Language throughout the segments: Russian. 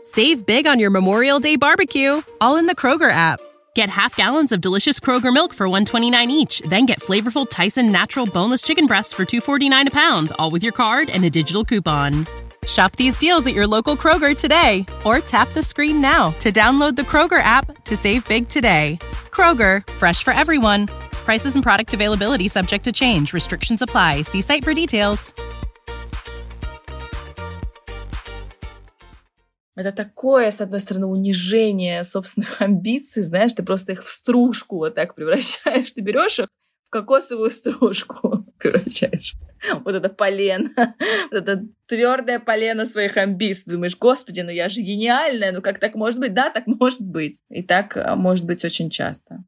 Save big on your Memorial Day barbecue, all in the Kroger app. Get half gallons of delicious Kroger milk for $1.29 each. Then get flavorful Tyson natural boneless chicken breasts for $2.49 a pound, all with your card and a digital coupon. Shop these deals at your local Kroger today, or tap the screen now to download the Kroger app to save big today. Kroger, fresh for everyone. Prices and product availability subject to change. Restrictions apply. See site for details. Это такое, с одной стороны, унижение собственных амбиций, знаешь, ты просто их в стружку вот так превращаешь. Ты берешь их в кокосовую стружку превращаешь. Вот это полено, вот это твердое полено своих амбиций. Ты думаешь, господи, ну я же гениальная, ну как так может быть? Да, так может быть. И так может быть очень часто.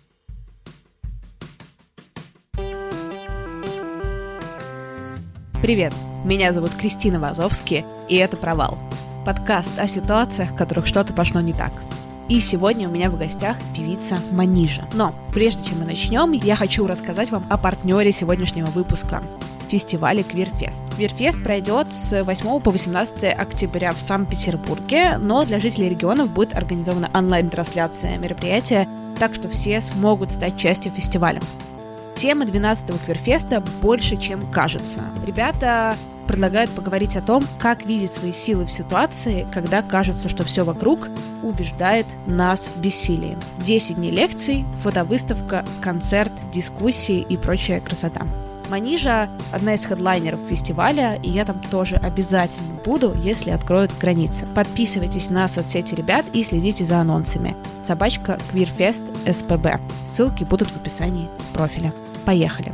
Привет, меня зовут Кристина Вазовски, и это «Провал». Подкаст о ситуациях, в которых что-то пошло не так. И сегодня у меня в гостях певица Манижа. Но прежде чем мы начнем, я хочу рассказать вам о партнере сегодняшнего выпуска – фестивале Квирфест. Квирфест пройдет с 8 по 18 октября в Санкт-Петербурге, но для жителей регионов будет организована онлайн-трансляция мероприятия, так что все смогут стать частью фестиваля. Тема 12-го Квирфеста «Больше, чем кажется». Ребята предлагают поговорить о том, как видеть свои силы в ситуации, когда кажется, что все вокруг убеждает нас в бессилии. 10 дней лекций, фотовыставка, концерт, дискуссии и прочая красота. Манижа – одна из хедлайнеров фестиваля, и я там тоже обязательно буду, если откроют границы. Подписывайтесь на соцсети ребят и следите за анонсами. @Квирфест СПБ. Ссылки будут в описании профиля. Поехали!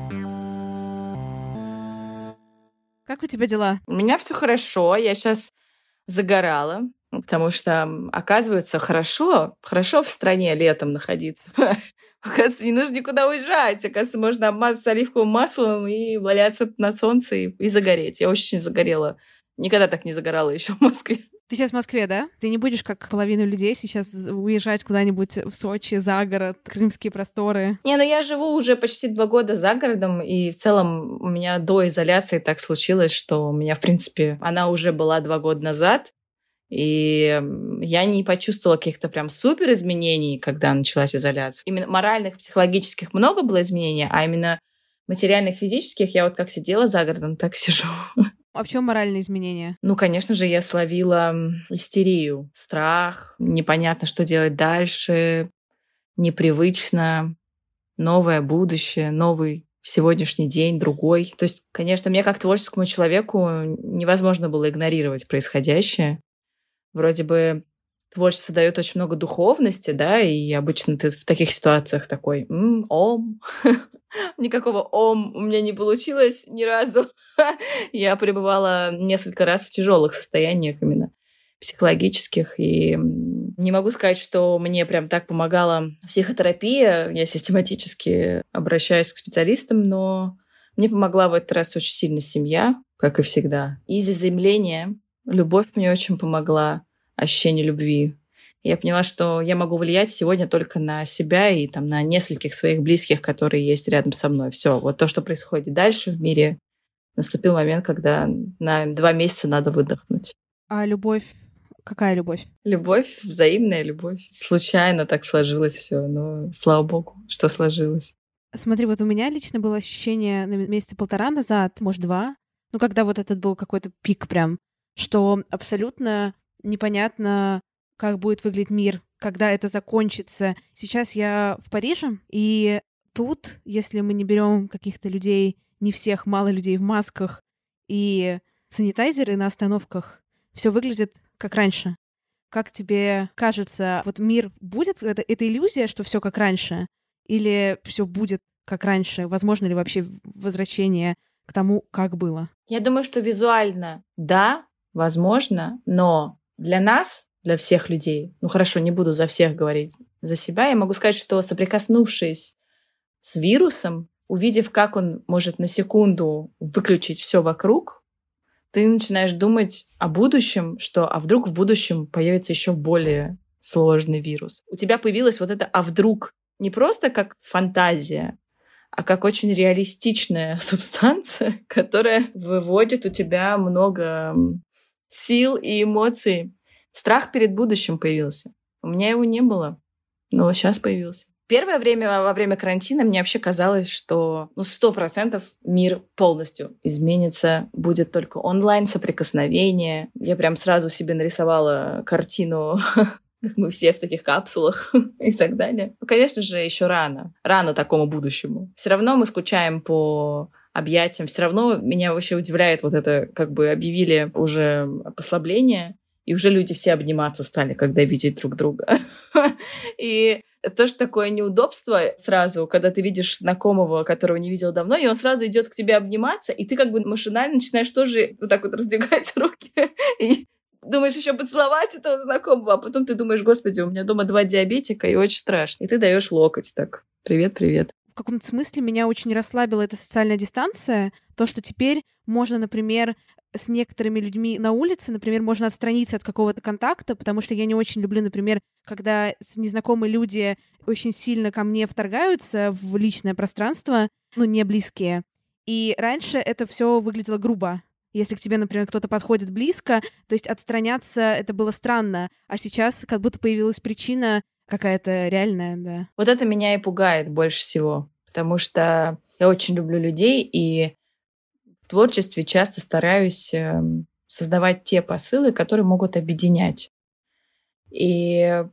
Как у тебя дела? У меня все хорошо. Я сейчас загорала, потому что, оказывается, хорошо в стране летом находиться. Оказывается, не нужно никуда уезжать. Оказывается, можно обмазаться оливковым маслом и валяться на солнце и загореть. Я очень загорела. Никогда так не загорала еще в Москве. Ты сейчас в Москве, да? Ты не будешь, как половина людей, сейчас уезжать куда-нибудь в Сочи, за город, крымские просторы? Не, ну я живу уже почти 2 года за городом, и в целом у меня до изоляции так случилось, что у меня, в принципе, она уже была 2 года назад, и я не почувствовала каких-то прям супер изменений, когда началась изоляция. Именно моральных, психологических много было изменений, а именно материальных, физических я вот как сидела за городом, так сижу. А в чем моральные изменения? Ну, конечно же, я словила истерию, страх, непонятно, что делать дальше, непривычно, новое будущее, новый сегодняшний день, другой. То есть, конечно, мне как творческому человеку невозможно было игнорировать происходящее. Вроде бы творчество дает очень много духовности, да, и обычно ты в таких ситуациях такой ом. Никакого ом у меня не получилось ни разу. Я пребывала несколько раз в тяжелых состояниях именно психологических, и не могу сказать, что мне прям так помогала психотерапия. Я систематически обращаюсь к специалистам, но мне помогла в этот раз очень сильно семья, как и всегда. И заземление, любовь мне очень помогла, ощущение любви. Я поняла, что я могу влиять сегодня только на себя и там, на нескольких своих близких, которые есть рядом со мной. Все, вот то, что происходит дальше в мире, наступил момент, когда на 2 месяца надо выдохнуть. А любовь? Какая любовь? Любовь, взаимная любовь. Случайно так сложилось все, но слава богу, что сложилось. Смотри, вот у меня лично было ощущение месяца 1,5 назад, может 2, ну когда вот этот был какой-то пик прям, что абсолютно непонятно, как будет выглядеть мир, когда это закончится. Сейчас я в Париже, и тут, если мы не берем каких-то людей, не всех, мало людей в масках и санитайзеры на остановках, все выглядит как раньше. Как тебе кажется, вот мир будет, это иллюзия, что все как раньше, или все будет как раньше? Возможно ли вообще возвращение к тому, как было? Я думаю, что визуально да, возможно, но для нас, для всех людей, ну хорошо, не буду за всех говорить, за себя, я могу сказать, что соприкоснувшись с вирусом, увидев, как он может на секунду выключить все вокруг, ты начинаешь думать о будущем, что а вдруг в будущем появится еще более сложный вирус. У тебя появилось вот это «а вдруг» не просто как фантазия, а как очень реалистичная субстанция, которая выводит у тебя много сил и эмоций. Страх перед будущим появился. У меня его не было, но сейчас появился. Первое время, во время карантина, мне вообще казалось, что 100% мир полностью изменится, будет только онлайн-соприкосновение. Я прям сразу себе нарисовала картину, как мы все в таких капсулах и так далее. Конечно же, еще рано такому будущему. Все равно мы скучаем по объятиям, все равно меня вообще удивляет вот это, как бы объявили уже послабление, и уже люди все обниматься стали, когда видят друг друга. И тоже такое неудобство сразу, когда ты видишь знакомого, которого не видел давно, и он сразу идет к тебе обниматься, и ты как бы машинально начинаешь тоже вот так вот раздвигать руки, и думаешь еще поцеловать этого знакомого, а потом ты думаешь, господи, у меня дома 2 диабетика, и очень страшно. И ты даешь локоть так. Привет. В каком-то смысле меня очень расслабила эта социальная дистанция, то, что теперь можно, например, с некоторыми людьми на улице, например, можно отстраниться от какого-то контакта, потому что я не очень люблю, например, когда незнакомые люди очень сильно ко мне вторгаются в личное пространство, не близкие. И раньше это все выглядело грубо. Если к тебе, например, кто-то подходит близко, то есть отстраняться это было странно, а сейчас как будто появилась причина какая-то реальная, да. Вот это меня и пугает больше всего, потому что я очень люблю людей, и в творчестве часто стараюсь создавать те посылы, которые могут объединять. И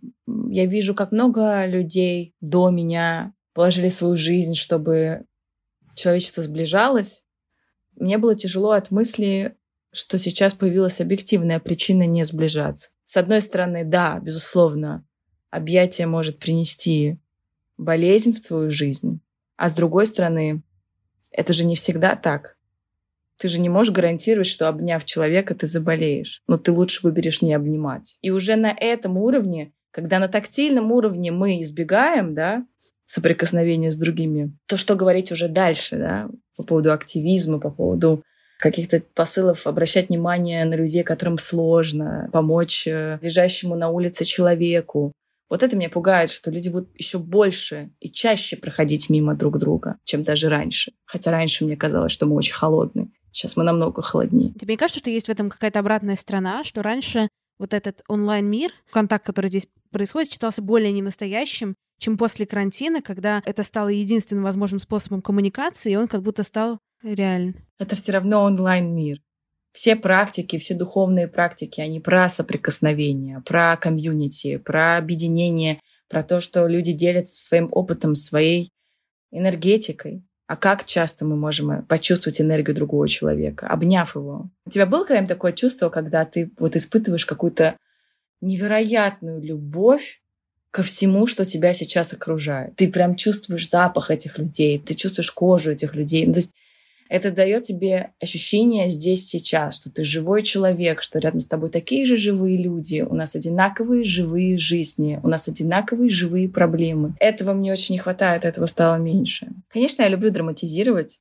я вижу, как много людей до меня положили свою жизнь, чтобы человечество сближалось. Мне было тяжело от мысли, что сейчас появилась объективная причина не сближаться. С одной стороны, да, безусловно, объятие может принести болезнь в твою жизнь, а с другой стороны, это же не всегда так. Ты же не можешь гарантировать, что, обняв человека, ты заболеешь. Но ты лучше выберешь не обнимать. И уже на этом уровне, когда на тактильном уровне мы избегаем, да, соприкосновения с другими, то что говорить уже дальше, да, по поводу активизма, по поводу каких-то посылов, обращать внимание на людей, которым сложно, помочь лежащему на улице человеку. Вот это меня пугает, что люди будут еще больше и чаще проходить мимо друг друга, чем даже раньше. Хотя раньше мне казалось, что мы очень холодные. Сейчас мы намного холоднее. Тебе не кажется, что есть в этом какая-то обратная сторона, что раньше вот этот онлайн-мир, контакт, который здесь происходит, считался более ненастоящим, чем после карантина, когда это стало единственным возможным способом коммуникации, и он как будто стал реальным? Это все равно онлайн-мир. Все практики, все духовные практики, они про соприкосновение, про комьюнити, про объединение, про то, что люди делятся своим опытом, своей энергетикой. А как часто мы можем почувствовать энергию другого человека, обняв его? У тебя было когда-нибудь такое чувство, когда ты вот испытываешь какую-то невероятную любовь ко всему, что тебя сейчас окружает? Ты прям чувствуешь запах этих людей, ты чувствуешь кожу этих людей. То есть это дает тебе ощущение здесь сейчас, что ты живой человек, что рядом с тобой такие же живые люди, у нас одинаковые живые жизни, у нас одинаковые живые проблемы. Этого мне очень не хватает, этого стало меньше. Конечно, я люблю драматизировать.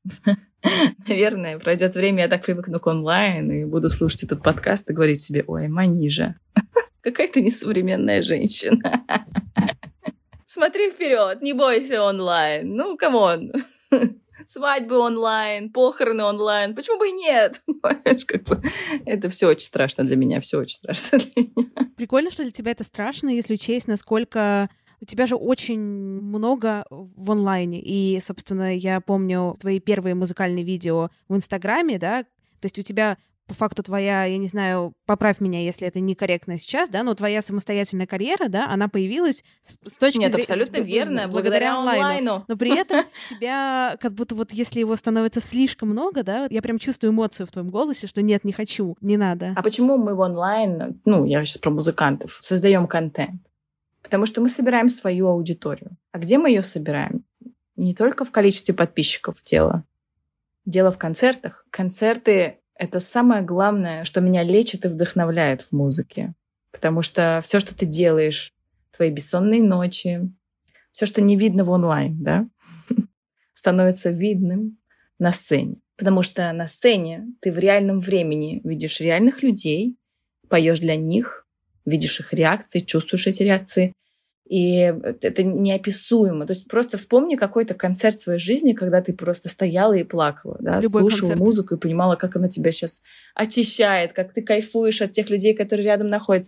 Наверное, пройдет время, я так привыкну к онлайн и буду слушать этот подкаст и говорить себе: ой, Манижа, какая ты несовременная женщина. Смотри вперед, не бойся онлайн. Ну, камон. Свадьбы онлайн, похороны онлайн. Почему бы и нет? Понимаешь, как бы это все очень страшно для меня, все очень страшно для меня. Прикольно, что для тебя это страшно, если учесть, насколько у тебя же очень много в онлайне. И, собственно, я помню твои первые музыкальные видео в Инстаграме, да, то есть у тебя по факту твоя, я не знаю, поправь меня, если это некорректно сейчас, да, но твоя самостоятельная карьера, да, она появилась с точки зрения... Нет, абсолютно верно, благодаря онлайну. Но при этом тебя как будто вот если его становится слишком много, да, я прям чувствую эмоцию в твоем голосе, что нет, не хочу, не надо. А почему мы в онлайн, я сейчас про музыкантов, создаем контент? Потому что мы собираем свою аудиторию. А где мы ее собираем? Не только в количестве подписчиков дело. Дело в концертах. Концерты — это самое главное, что меня лечит и вдохновляет в музыке. Потому что все, что ты делаешь, твои бессонные ночи, все, что не видно в онлайн, да, становится видным на сцене. Потому что на сцене ты в реальном времени видишь реальных людей, поешь для них, видишь их реакции, чувствуешь эти реакции. И это неописуемо. То есть просто вспомни какой-то концерт в своей жизни, когда ты просто стояла и плакала, да, слушала музыку и понимала, как она тебя сейчас очищает, как ты кайфуешь от тех людей, которые рядом находятся.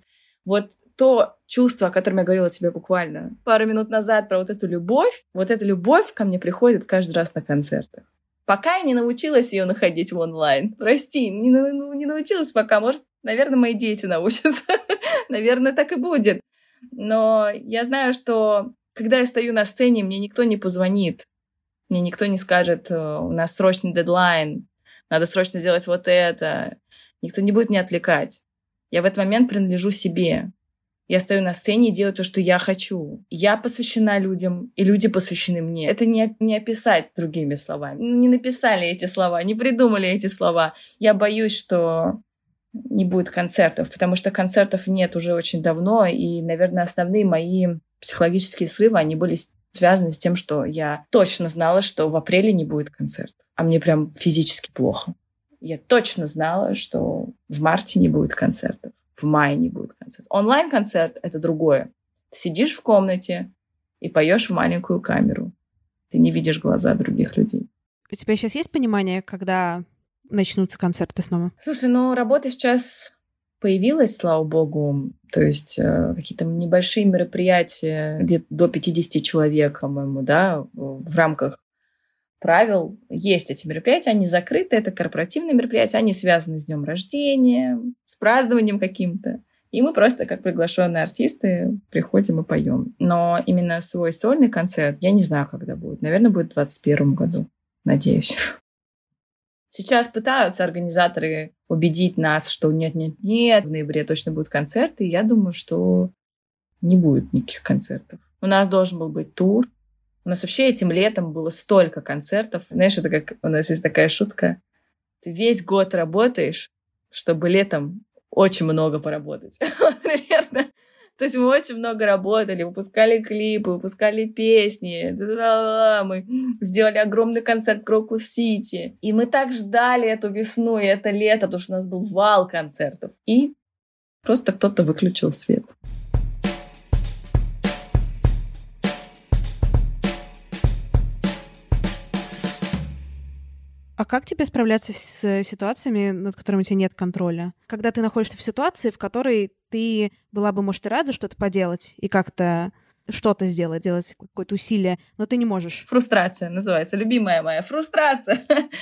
Вот то чувство, о котором я говорила тебе буквально пару минут назад, про вот эту любовь ко мне приходит каждый раз на концертах. Пока я не научилась ее находить в онлайн. Прости, не научилась пока. Может, наверное, мои дети научатся. Наверное, так и будет. Но я знаю, что когда я стою на сцене, мне никто не позвонит. Мне никто не скажет, у нас срочный дедлайн, надо срочно сделать вот это. Никто не будет меня отвлекать. Я в этот момент принадлежу себе. Я стою на сцене и делаю то, что я хочу. Я посвящена людям, и люди посвящены мне. Это не описать другими словами. Не написали эти слова, не придумали эти слова. Я боюсь, что не будет концертов, потому что концертов нет уже очень давно, и, наверное, основные мои психологические срывы, они были связаны с тем, что я точно знала, что в апреле не будет концертов, а мне прям физически плохо. Я точно знала, что в марте не будет концертов. В мае не будет концерта. Онлайн-концерт — это другое. Ты сидишь в комнате и поешь в маленькую камеру. Ты не видишь глаза других людей. У тебя сейчас есть понимание, когда начнутся концерты снова? Слушай, работа сейчас появилась, слава богу. То есть какие-то небольшие мероприятия, где-то до 50 человек, по-моему, да, в рамках правил есть эти мероприятия, они закрыты, это корпоративные мероприятия, они связаны с днем рождения, с празднованием каким-то. И мы просто, как приглашенные артисты, приходим и поем. Но именно свой сольный концерт я не знаю, когда будет. Наверное, будет в 2021 году. Надеюсь. Сейчас пытаются организаторы убедить нас, что нет, в ноябре точно будут концерты. И я думаю, что не будет никаких концертов. У нас должен был быть тур. У нас вообще этим летом было столько концертов. Знаешь, это как у нас есть такая шутка. Ты весь год работаешь, чтобы летом очень много поработать. Примерно. То есть мы очень много работали, выпускали клипы, выпускали песни. Мы сделали огромный концерт в Крокус-Сити. И мы так ждали эту весну и это лето, потому что у нас был вал концертов. И просто кто-то выключил свет. А как тебе справляться с ситуациями, над которыми у тебя нет контроля? Когда ты находишься в ситуации, в которой ты была бы, может, и рада что-то поделать и как-то что-то сделать какое-то усилие, но ты не можешь. Фрустрация называется. Любимая моя фрустрация.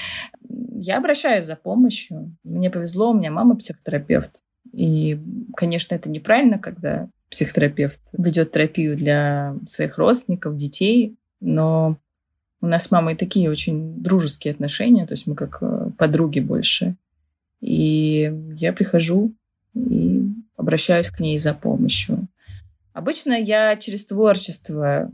Я обращаюсь за помощью. Мне повезло, у меня мама психотерапевт. И, конечно, это неправильно, когда психотерапевт ведет терапию для своих родственников, детей, но у нас с мамой такие очень дружеские отношения, то есть мы как подруги больше. И я прихожу и обращаюсь к ней за помощью. Обычно я через творчество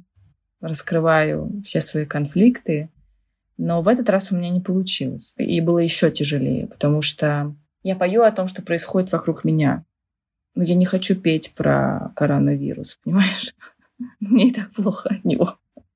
раскрываю все свои конфликты, но в этот раз у меня не получилось. И было еще тяжелее, потому что я пою о том, что происходит вокруг меня. Но я не хочу петь про коронавирус, понимаешь? Мне и так плохо от него.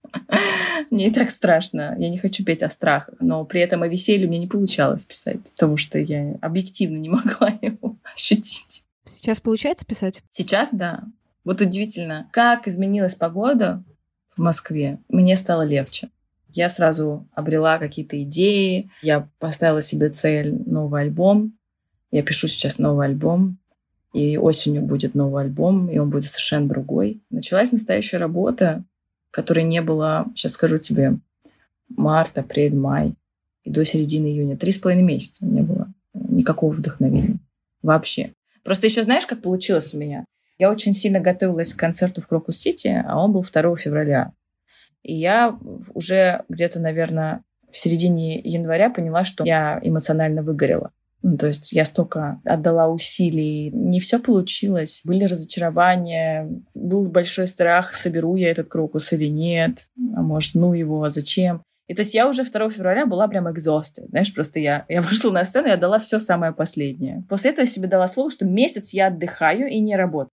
Мне и так страшно. Я не хочу петь о страхах. Но при этом о веселье мне не получалось писать, потому что я объективно не могла его ощутить. Сейчас получается писать? Сейчас, да. Вот удивительно, как изменилась погода в Москве. Мне стало легче. Я сразу обрела какие-то идеи. Я поставила себе цель новый альбом. Я пишу сейчас новый альбом. И осенью будет новый альбом, и он будет совершенно другой. Началась настоящая работа, которой не было, сейчас скажу тебе, март, апрель, май и до середины июня. 3,5 месяца не было никакого вдохновения. Вообще. Просто еще знаешь, как получилось у меня? Я очень сильно готовилась к концерту в Крокус-Сити, а он был 2 февраля. И я уже где-то, наверное, в середине января поняла, что я эмоционально выгорела. То есть я столько отдала усилий, не все получилось. Были разочарования, был большой страх, соберу я этот крокус или нет, а может, ну его, а зачем. И то есть я уже 2 февраля была прям exhausted. Знаешь, просто я вышла на сцену и отдала все самое последнее. После этого я себе дала слово, что месяц я отдыхаю и не работаю.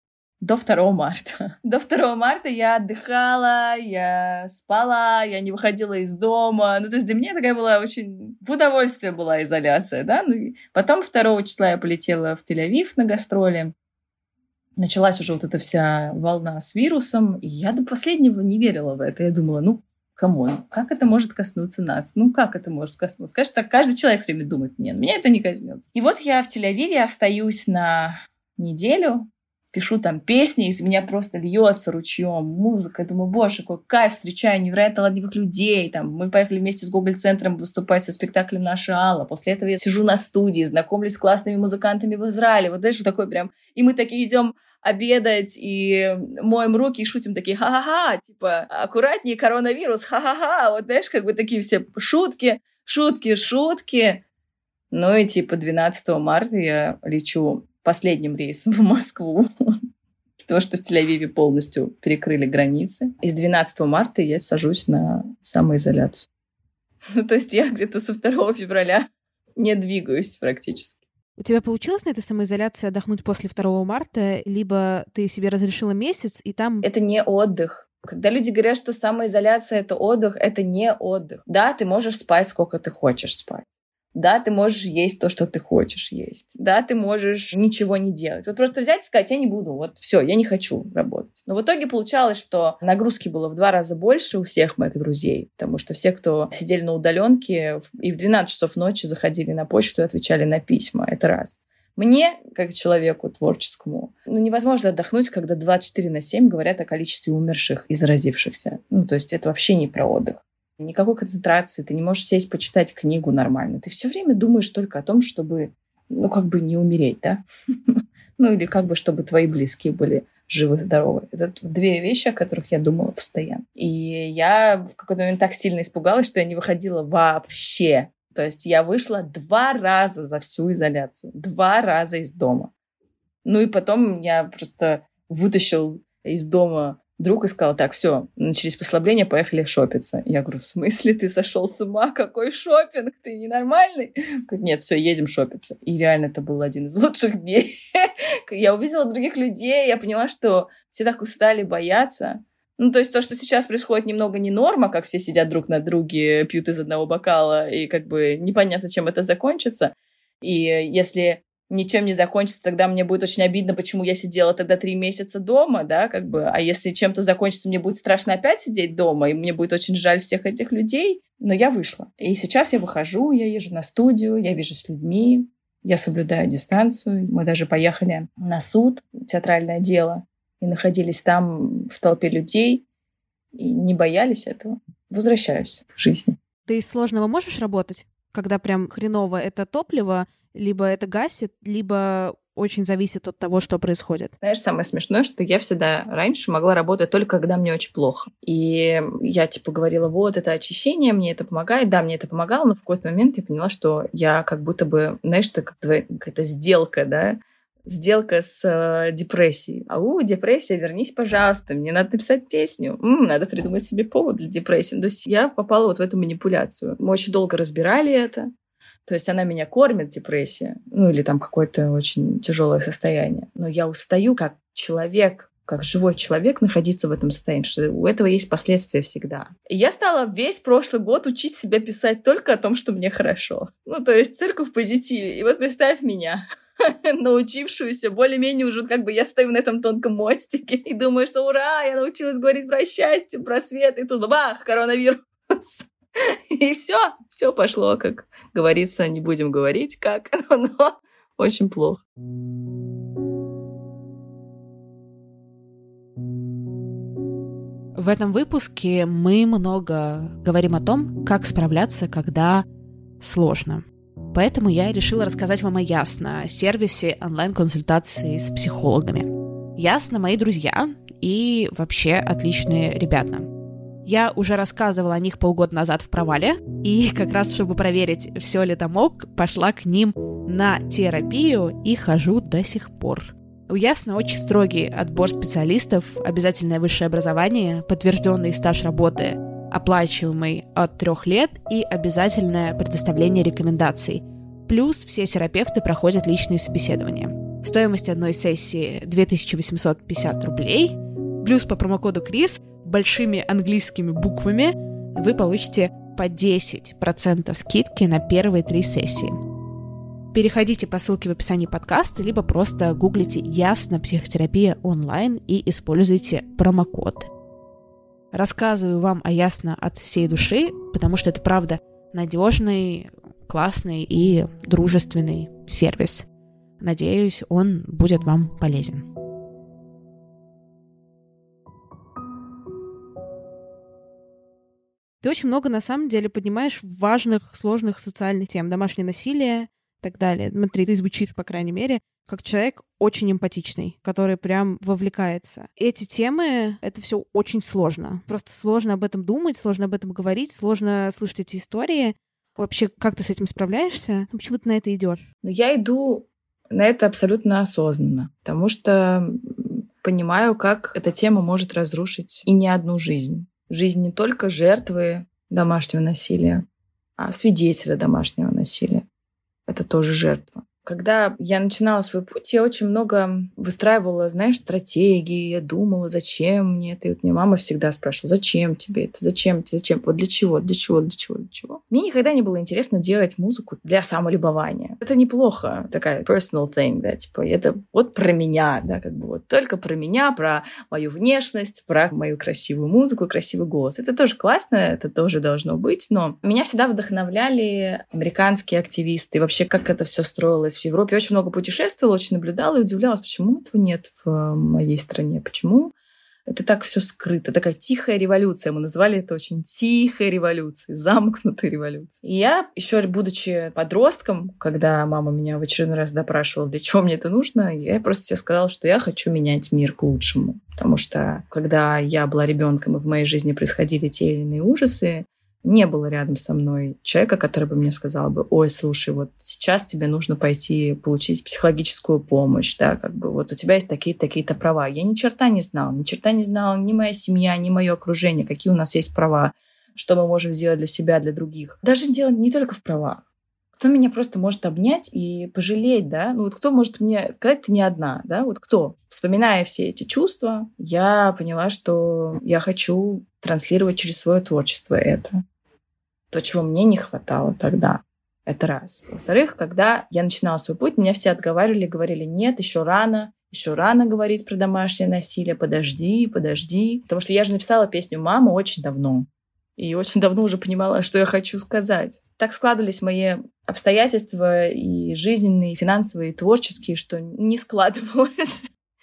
До 2 марта. До 2 марта я отдыхала, я спала, я не выходила из дома. То есть для меня такая была очень... В удовольствие была изоляция, да. Потом 2 числа я полетела в Тель-Авив на гастроли. Началась уже вот эта вся волна с вирусом, и я до последнего не верила в это. Я думала, камон, как это может коснуться нас? Как это может коснуться? Конечно, так каждый человек все время думает, нет, меня это не коснется. И вот я в Тель-Авиве остаюсь на неделю. пишу там песни, из меня просто льется ручьем музыка. Я думаю, боже, какой кайф, встречаю невероятно талантливых людей. Там, мы поехали вместе с Гоголь-центром выступать со спектаклем «Наша Алла». После этого я сижу на студии, знакомлюсь с классными музыкантами в Израиле. Вот знаешь, такой прям... И мы такие идем обедать и моем руки и шутим такие ха-ха-ха, типа аккуратнее, коронавирус, ха-ха-ха. Вот знаешь, как бы такие все шутки. Ну и типа 12 марта я лечу последним рейсом в Москву, потому что в Тель-Авиве полностью перекрыли границы. И с 12 марта я сажусь на самоизоляцию. Ну, то есть я где-то со 2 февраля не двигаюсь практически. У тебя получилось на этой самоизоляции отдохнуть после 2 марта, либо ты себе разрешила месяц, и там... Это не отдых. Когда люди говорят, что самоизоляция — это отдых, это не отдых. Да, ты можешь спать, сколько ты хочешь спать. Да, ты можешь есть то, что ты хочешь есть. Да, ты можешь ничего не делать. Вот просто взять и сказать, я не буду, вот все, я не хочу работать. Но в итоге получалось, что нагрузки было в 2 раза больше у всех моих друзей, потому что все, кто сидели на удаленке и в 12 часов ночи заходили на почту и отвечали на письма, это раз. Мне, как человеку творческому, невозможно отдохнуть, когда 24/7 говорят о количестве умерших и заразившихся. То есть это вообще не про отдых. Никакой концентрации, ты не можешь сесть почитать книгу нормально. Ты все время думаешь только о том, чтобы, не умереть, да? Или чтобы твои близкие были живы-здоровы. Это 2 вещи, о которых я думала постоянно. И я в какой-то момент так сильно испугалась, что я не выходила вообще. То есть я вышла 2 раза за всю изоляцию. 2 раза из дома. И потом я просто вытащил из дома друг и сказал, так, все, начались послабления, поехали шопиться. Я говорю, в смысле, ты сошел с ума? Какой шопинг? Ты ненормальный? Говорит, нет, все, едем шопиться. И реально это был один из лучших дней. Я увидела других людей, я поняла, что все так устали бояться. То есть то, что сейчас происходит, немного не норма, как все сидят друг на друге, пьют из одного бокала, и непонятно, чем это закончится. И если ничем не закончится, тогда мне будет очень обидно, почему я сидела тогда 3 месяца дома, да, а если чем-то закончится, мне будет страшно опять сидеть дома, и мне будет очень жаль всех этих людей. Но я вышла. И сейчас я выхожу, я езжу на студию, я вижусь с людьми, я соблюдаю дистанцию. Мы даже поехали на суд, театральное дело, и находились там в толпе людей, и не боялись этого. Возвращаюсь к жизни. Ты из сложного можешь работать? Когда прям хреново это топливо, либо это гасит, либо очень зависит от того, что происходит. Знаешь, самое смешное, что я всегда раньше могла работать только когда мне очень плохо. И я говорила, вот, это очищение, мне это помогает. Да, мне это помогало, но в какой-то момент я поняла, что я как будто бы, знаешь, какая-то сделка, да, сделка с депрессией. Депрессия, вернись, пожалуйста, мне надо написать песню. Надо придумать себе повод для депрессии. То есть я попала вот в эту манипуляцию. Мы очень долго разбирали это. То есть она меня кормит, депрессия, или там какое-то очень тяжелое состояние. Но я устаю как человек, как живой человек находиться в этом состоянии, что у этого есть последствия всегда. И я стала весь прошлый год учить себя писать только о том, что мне хорошо. То есть только в позитиве. И вот представь меня, научившуюся, более-менее уже я стою на этом тонком мостике и думаю, что ура, я научилась говорить про счастье, про свет, и тут бах, коронавирус. И все пошло, как говорится, не будем говорить как, но очень плохо. В этом выпуске мы много говорим о том, как справляться, когда сложно. Поэтому я решила рассказать вам о Ясно, сервисе онлайн-консультации с психологами. Ясно — мои друзья и вообще отличные ребята. Я уже рассказывала о них полгода назад в «Провале», и как раз, чтобы проверить, все ли там ок, пошла к ним на терапию и хожу до сих пор. У Ясно очень строгий отбор специалистов, обязательное высшее образование, подтвержденный стаж работы, оплачиваемый от 3 лет и обязательное предоставление рекомендаций. Плюс все терапевты проходят личные собеседования. Стоимость одной сессии 2850 рублей, плюс по промокоду КРИС большими английскими буквами вы получите по 10% скидки на первые 3 сессии. Переходите по ссылке в описании подкаста, либо просто гуглите «Ясно психотерапия онлайн» и используйте промокод. Рассказываю вам о Ясно от всей души, потому что это, правда, надежный, классный и дружественный сервис. Надеюсь, он будет вам полезен. Ты очень много, на самом деле, поднимаешь важных, сложных социальных тем. Домашнее насилие и так далее. Смотри, ты звучишь, по крайней мере, как человек очень эмпатичный, который прям вовлекается. Эти темы — это все очень сложно. Просто сложно об этом думать, сложно об этом говорить, сложно слышать эти истории. Вообще, как ты с этим справляешься? Почему ты на это идешь? Но я иду на это абсолютно осознанно, потому что понимаю, как эта тема может разрушить и не одну жизнь. Жизнь не только жертвы домашнего насилия, а свидетеля домашнего насилия. Это тоже жертва. Когда я начинала свой путь, я очень много выстраивала, знаешь, стратегии, я думала, зачем мне это. И вот мне мама всегда спрашивала, зачем тебе это, зачем тебе, зачем, вот для чего, для чего, для чего, для чего. Мне никогда не было интересно делать музыку для самолюбования. Это неплохо, такая personal thing, да, типа это вот про меня, да, как бы вот только про меня, про мою внешность, про мою красивую музыку и красивый голос. Это тоже классно, это тоже должно быть, но меня всегда вдохновляли американские активисты, и вообще как это все строилось в Европе. Я очень много путешествовала, очень наблюдала и удивлялась, почему этого нет в моей стране, почему это так все скрыто. Такая тихая революция. Мы назвали это очень тихой революцией, замкнутой революцией. И я, еще будучи подростком, когда мама меня в очередной раз допрашивала, для чего мне это нужно, я просто себе сказала, что я хочу менять мир к лучшему. Потому что, когда я была ребенком и в моей жизни происходили те или иные ужасы, не было рядом со мной человека, который бы мне сказал бы, ой, слушай, вот сейчас тебе нужно пойти получить психологическую помощь, да, как бы вот у тебя есть такие-то права. Я ни черта не знала ни моя семья, ни мое окружение, какие у нас есть права, что мы можем сделать для себя, для других. Даже дело не только в правах. Кто меня просто может обнять и пожалеть, да? Ну вот кто может мне сказать, ты не одна, да? Вот кто? Вспоминая все эти чувства, я поняла, что я хочу транслировать через свое творчество это. То, чего мне не хватало тогда. Это раз. Во-вторых, когда я начинала свой путь, меня все отговаривали, говорили, нет, еще рано говорить про домашнее насилие, подожди. Потому что я же написала песню «Мама» очень давно. И очень давно уже понимала, что я хочу сказать. Так складывались мои обстоятельства и жизненные, и финансовые, и творческие, что не складывалось.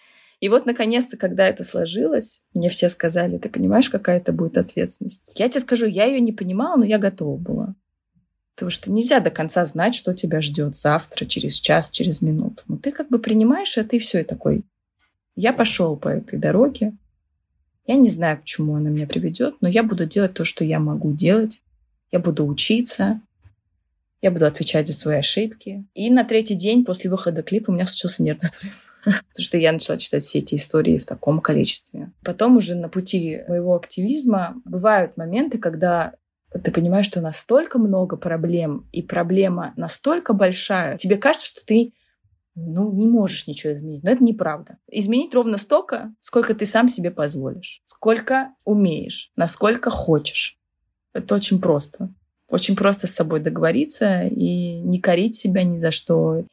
И вот, наконец-то, когда это сложилось, мне все сказали, ты понимаешь, какая это будет ответственность? Я тебе скажу, я ее не понимала, но я готова была. Потому что нельзя до конца знать, что тебя ждет завтра, через час, через минуту. Но ты как бы принимаешь это, и все, и такой. Я пошел по этой дороге. Я не знаю, к чему она меня приведет, но я буду делать то, что я могу делать. Я буду учиться. Я буду отвечать за свои ошибки. И на 3-й день после выхода клипа у меня случился нервный срыв. Потому что я начала читать все эти истории в таком количестве. Потом уже на пути моего активизма бывают моменты, когда ты понимаешь, что настолько много проблем, и проблема настолько большая, тебе кажется, что ты не можешь ничего изменить. Но это неправда. Изменить ровно столько, сколько ты сам себе позволишь. Сколько умеешь, насколько хочешь. Это очень просто. Очень просто с собой договориться и не корить себя ни за что.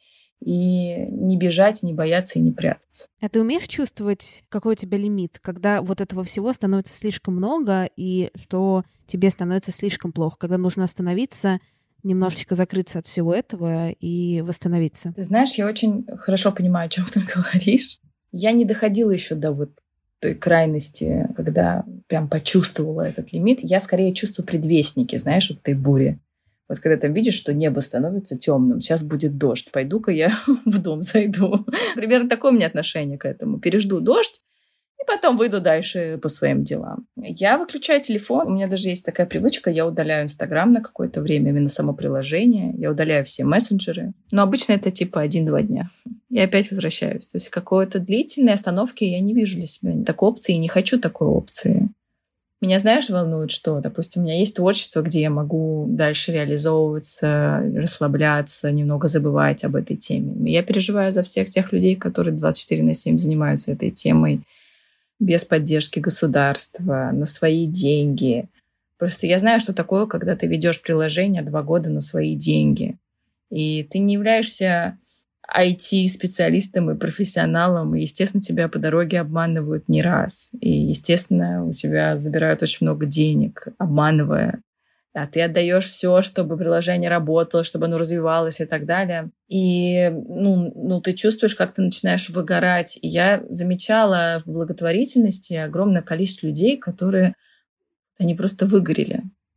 И не бежать, не бояться и не прятаться. А ты умеешь чувствовать, какой у тебя лимит, когда вот этого всего становится слишком много, и что тебе становится слишком плохо, когда нужно остановиться, немножечко закрыться от всего этого и восстановиться? Ты знаешь, я очень хорошо понимаю, о чем ты говоришь. Я не доходила еще до вот той крайности, когда прям почувствовала этот лимит. Я скорее чувствую предвестники, знаешь, вот этой бури. Вот когда ты видишь, что небо становится темным, сейчас будет дождь, пойду-ка я в дом зайду. Примерно такое у меня отношение к этому. Пережду дождь и потом выйду дальше по своим делам. Я выключаю телефон. У меня даже есть такая привычка. Я удаляю Инстаграм на какое-то время, именно само приложение. Я удаляю все мессенджеры. Но обычно это типа 1-2 дня. И опять возвращаюсь. То есть какой-то длительной остановки я не вижу для себя такой опции и не хочу такой опции. Меня, знаешь, волнует, что, допустим, у меня есть творчество, где я могу дальше реализовываться, расслабляться, немного забывать об этой теме. Я переживаю за всех тех людей, которые 24/7 занимаются этой темой без поддержки государства, на свои деньги. Просто я знаю, что такое, когда ты ведешь приложение 2 года на свои деньги, и ты не являешься IT-специалистом и профессионалом, и, естественно, тебя по дороге обманывают не раз. И, естественно, у тебя забирают очень много денег, обманывая. А ты отдаешь все, чтобы приложение работало, чтобы оно развивалось и так далее. И ты чувствуешь, как ты начинаешь выгорать. И я замечала в благотворительности огромное количество людей, которые они просто выгорели.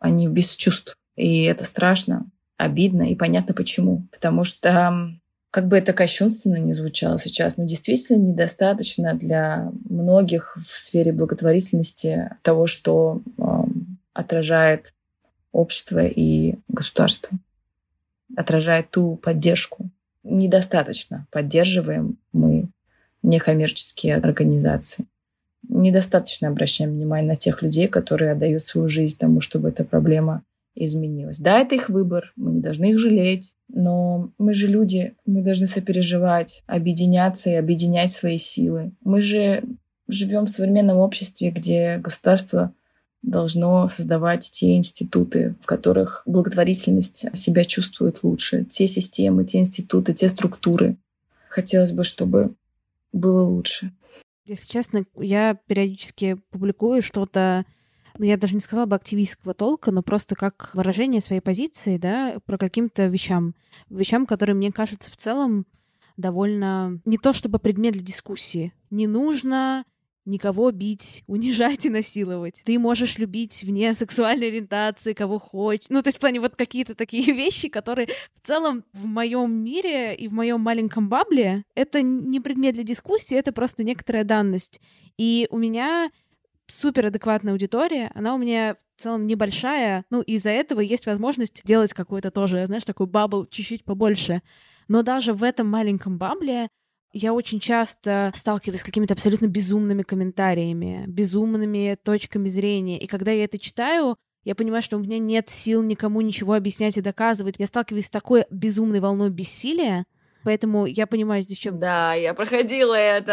они без чувств. И это страшно, обидно, и понятно почему. Потому что, как бы это кощунственно ни звучало сейчас, но действительно недостаточно для многих в сфере благотворительности того, что отражает общество и государство, отражает ту поддержку. Недостаточно поддерживаем мы некоммерческие организации. Недостаточно обращаем внимание на тех людей, которые отдают свою жизнь тому, чтобы эта проблема изменилась. Да, это их выбор, мы не должны их жалеть, но мы же люди, мы должны сопереживать, объединяться и объединять свои силы. Мы же живем в современном обществе, где государство должно создавать те институты, в которых благотворительность себя чувствует лучше, те системы, те институты, те структуры. Хотелось бы, чтобы было лучше. Если честно, я периодически публикую что-то, я даже не сказала бы активистского толка, но просто как выражение своей позиции, да, про каким-то вещам, которые, мне кажется, в целом довольно не то чтобы предмет для дискуссии. Не нужно никого бить, унижать и насиловать. Ты можешь любить вне сексуальной ориентации, кого хочешь. Ну, то есть в плане вот какие-то такие вещи, которые в целом в моем мире и в моем маленьком бабле это не предмет для дискуссии, это просто некоторая данность. И у меня суперадекватная аудитория, она у меня в целом небольшая, ну, из-за этого есть возможность делать какой-то тоже, знаешь, такой бабл чуть-чуть побольше. Но даже в этом маленьком бабле я очень часто сталкиваюсь с какими-то абсолютно безумными комментариями, безумными точками зрения. И когда я это читаю, я понимаю, что у меня нет сил никому ничего объяснять и доказывать. Я сталкиваюсь с такой безумной волной бессилия, поэтому я понимаю, о чем. Да, я проходила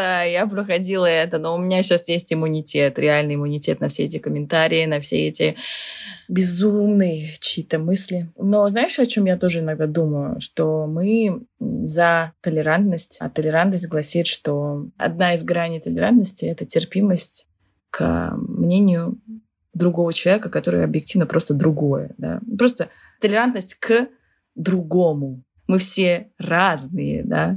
это, но у меня сейчас есть иммунитет, реальный иммунитет на все эти комментарии, на все эти безумные чьи-то мысли. Но знаешь, о чем я тоже иногда думаю? Что мы за толерантность, а толерантность гласит, что одна из граней толерантности — это терпимость к мнению другого человека, который объективно просто другое. Да? Просто толерантность к другому. Мы все разные, да.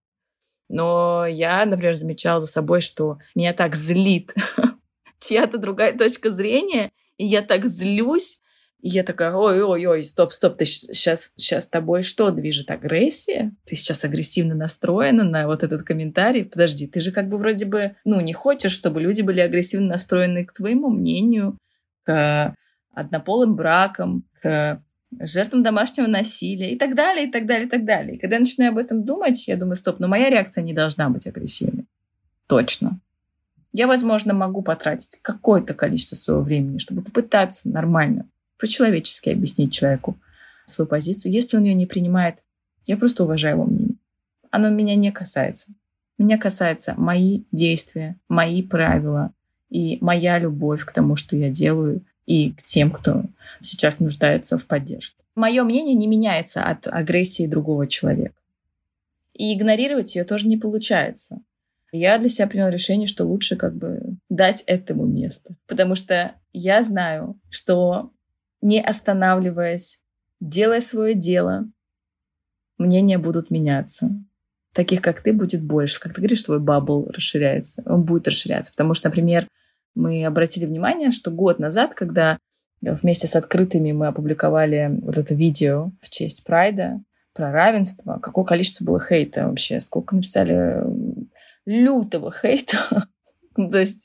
Но я, например, замечала за собой, что меня так злит чья-то другая точка зрения, и я так злюсь, и я такая: ой, стоп, ты сейчас с тобой что движет? Агрессия? Ты сейчас агрессивно настроена на вот этот комментарий? Подожди, ты же как бы вроде бы, не хочешь, чтобы люди были агрессивно настроены к твоему мнению, к однополым бракам, к жертвам домашнего насилия и так далее, и так далее, и так далее. И когда я начинаю об этом думать, я думаю: стоп, но моя реакция не должна быть агрессивной. Точно. Я, возможно, могу потратить какое-то количество своего времени, чтобы попытаться нормально, по-человечески объяснить человеку свою позицию. Если он ее не принимает, я просто уважаю его мнение. Оно меня не касается. Меня касаются мои действия, мои правила и моя любовь к тому, что я делаю, и к тем, кто сейчас нуждается в поддержке. Мое мнение не меняется от агрессии другого человека. И игнорировать ее тоже не получается. Я для себя приняла решение, что лучше как бы дать этому место. Потому что я знаю, что не останавливаясь, делая свое дело, мнения будут меняться. Таких, как ты, будет больше. Как ты говоришь, твой бабл расширяется. Он будет расширяться. Потому что, например, мы обратили внимание, что год назад, когда вместе с открытыми мы опубликовали вот это видео в честь Прайда про равенство, какое количество было хейта вообще, сколько написали лютого хейта. То есть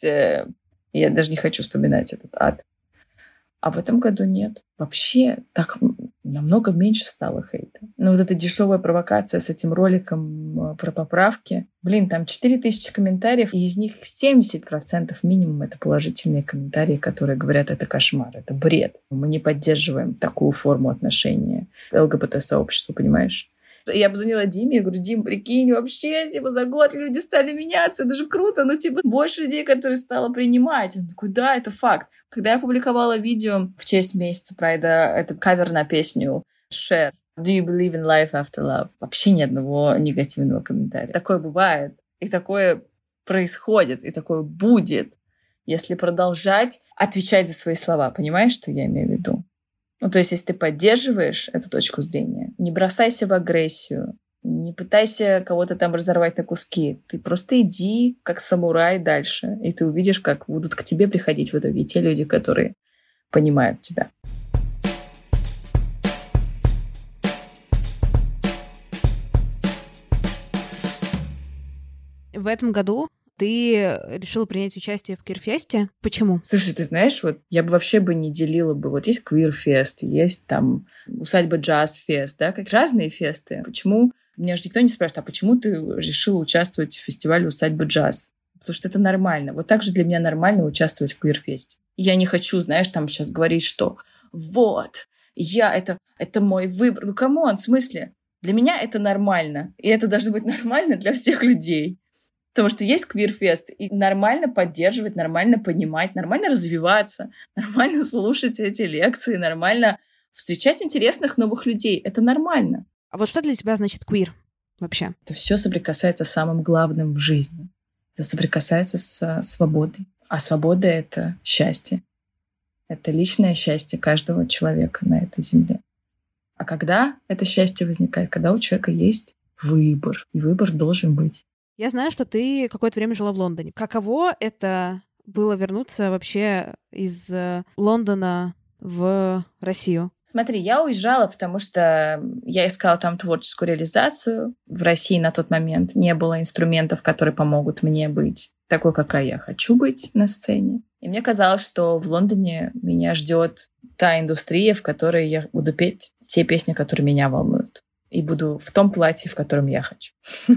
я даже не хочу вспоминать этот ад. А в этом году нет. Вообще так намного меньше стало хейта. Но вот эта дешевая провокация с этим роликом про поправки. Там 4000 комментариев, и из них 70% минимум это положительные комментарии, которые говорят: это кошмар, это бред. Мы не поддерживаем такую форму отношения ЛГБТ-сообществу, понимаешь? Я позвонила Диме, я говорю: Дим, прикинь, вообще, за год люди стали меняться, это же круто, больше людей, которые стало принимать. Он такой: да, это факт. Когда я публиковала видео в честь месяца Прайда, это кавер на песню Cher, Do you believe in life after love? Вообще ни одного негативного комментария. Такое бывает, и такое происходит, и такое будет, если продолжать отвечать за свои слова. Понимаешь, что я имею в виду? То есть, если ты поддерживаешь эту точку зрения, не бросайся в агрессию, не пытайся кого-то там разорвать на куски. Ты просто иди как самурай дальше, и ты увидишь, как будут к тебе приходить в итоге те люди, которые понимают тебя. в этом году ты решила принять участие в Квирфесте. Почему? Слушай, ты знаешь, вот я бы вообще не делила бы. Вот есть Квирфест, есть там усадьба Джаз-фест, да, как разные фесты. Почему? Меня же никто не спрашивает, а почему ты решила участвовать в фестивале усадьба Джаз? Потому что это нормально. Вот так же для меня нормально участвовать в Квирфесте. Я не хочу, знаешь, там сейчас говорить, что вот, это мой выбор. Ну, камон, в смысле? Для меня это нормально. И это должно быть нормально для всех людей. Потому что есть Квирфест, и нормально поддерживать, нормально понимать, нормально развиваться, нормально слушать эти лекции, нормально встречать интересных новых людей. Это нормально. А вот что для тебя значит квир вообще? Это все соприкасается с самым главным в жизни. Это соприкасается с свободой. А свобода — это счастье. Это личное счастье каждого человека на этой земле. А когда это счастье возникает? Когда у человека есть выбор. И выбор должен быть. Я знаю, что ты какое-то время жила в Лондоне. Каково это было вернуться вообще из Лондона в Россию? Смотри, я уезжала, потому что я искала там творческую реализацию. В России на тот момент не было инструментов, которые помогут мне быть такой, какая я хочу быть на сцене. И мне казалось, что в Лондоне меня ждет та индустрия, в которой я буду петь те песни, которые меня волнуют. И буду в том платье, в котором я хочу.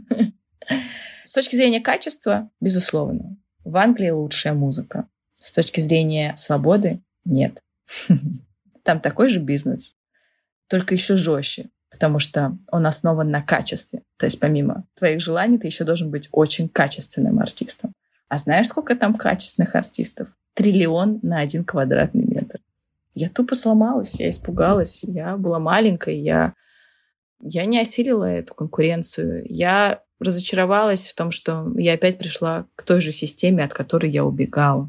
С точки зрения качества, безусловно, в Англии лучшая музыка. С точки зрения свободы — нет. Там такой же бизнес, только еще жестче, потому что он основан на качестве. То есть помимо твоих желаний ты еще должен быть очень качественным артистом. А знаешь, сколько там качественных артистов? 1 триллион на 1 квадратный метр. Я тупо сломалась, я испугалась, я была маленькой, я не осилила эту конкуренцию. Я разочаровалась в том, что я опять пришла к той же системе, от которой я убегала.